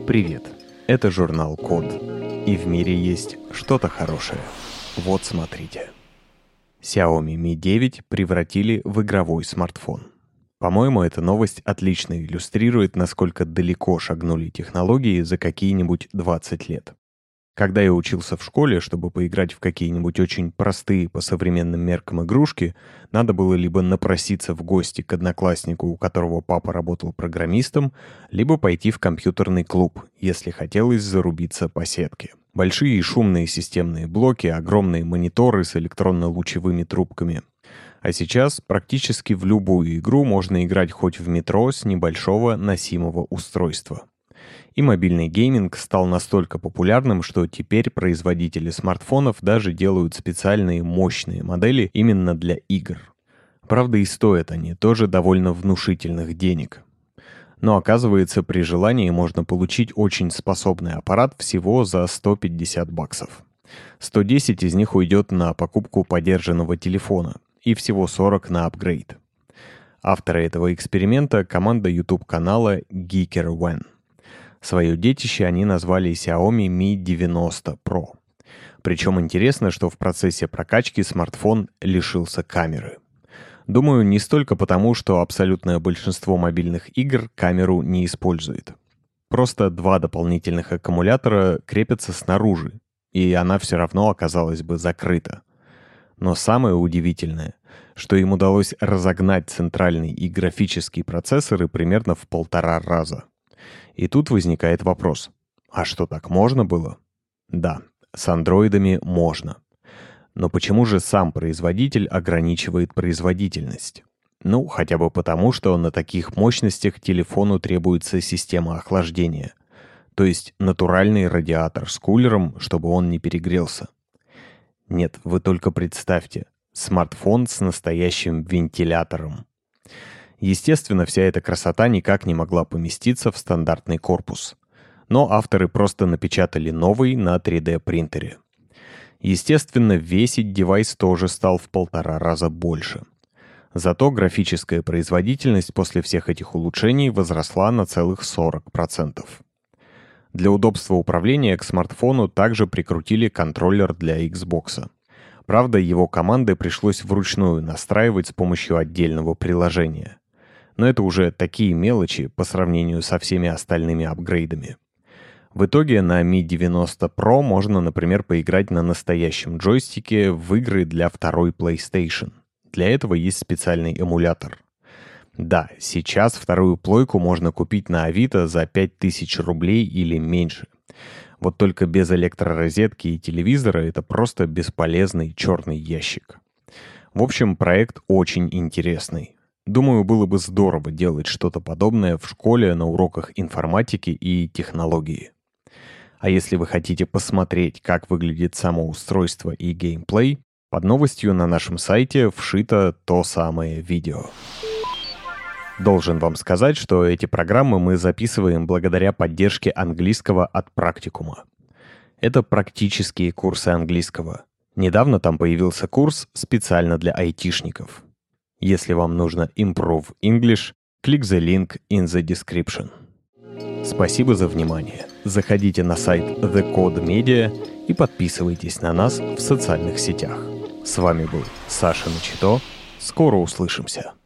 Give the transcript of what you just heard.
Привет, это журнал Код, и в мире есть что-то хорошее. Вот смотрите. Xiaomi Mi 9 превратили в игровой смартфон. По-моему, эта новость отлично иллюстрирует, насколько далеко шагнули технологии за какие-нибудь 20 лет. Когда я учился в школе, чтобы поиграть в какие-нибудь очень простые по современным меркам игрушки, надо было либо напроситься в гости к однокласснику, у которого папа работал программистом, либо пойти в компьютерный клуб, если хотелось зарубиться по сетке. Большие и шумные системные блоки, огромные мониторы с электронно-лучевыми трубками. А сейчас практически в любую игру можно играть хоть в метро с небольшого носимого устройства. И мобильный гейминг стал настолько популярным, что теперь производители смартфонов даже делают специальные мощные модели именно для игр. Правда, и стоят они тоже довольно внушительных денег. Но оказывается, при желании можно получить очень способный аппарат всего за $150. 110 из них уйдет на покупку подержанного телефона, и всего 40 на апгрейд. Авторы этого эксперимента — команда YouTube-канала GeekerOne. Свое детище они назвали Xiaomi Mi 90 Pro. Причем интересно, что в процессе прокачки смартфон лишился камеры. Думаю, не столько потому, что абсолютное большинство мобильных игр камеру не использует. Просто два дополнительных аккумулятора крепятся снаружи, и она все равно оказалась бы закрыта. Но самое удивительное, что им удалось разогнать центральный и графический процессоры примерно в 1,5 раза. И тут возникает вопрос, а что, так можно было? Да, с андроидами можно. Но почему же сам производитель ограничивает производительность? Ну, хотя бы потому, что на таких мощностях телефону требуется система охлаждения. То есть натуральный радиатор с кулером, чтобы он не перегрелся. Нет, вы только представьте, смартфон с настоящим вентилятором. Естественно, вся эта красота никак не могла поместиться в стандартный корпус. Но авторы просто напечатали новый на 3D-принтере. Естественно, весить девайс тоже стал в 1,5 раза больше. Зато графическая производительность после всех этих улучшений возросла на целых 40%. Для удобства управления к смартфону также прикрутили контроллер для Xbox. Правда, его команды пришлось вручную настраивать с помощью отдельного приложения. Но это уже такие мелочи по сравнению со всеми остальными апгрейдами. В итоге на Mi 90 Pro можно, например, поиграть на настоящем джойстике в игры для второй PlayStation. Для этого есть специальный эмулятор. Да, сейчас вторую плойку можно купить на Авито за 5000 рублей или меньше. Вот только без электророзетки и телевизора это просто бесполезный черный ящик. В общем, проект очень интересный. Думаю, было бы здорово делать что-то подобное в школе на уроках информатики и технологии. А если вы хотите посмотреть, как выглядит само устройство и геймплей, под новостью на нашем сайте вшито то самое видео. Должен вам сказать, что эти программы мы записываем благодаря поддержке английского от Практикума. Это практические курсы английского. Недавно там появился курс специально для айтишников. Если вам нужно improve English, click the link in the description. Спасибо за внимание. Заходите на сайт The Code Media и подписывайтесь на нас в социальных сетях. С вами был Саша Начито. Скоро услышимся.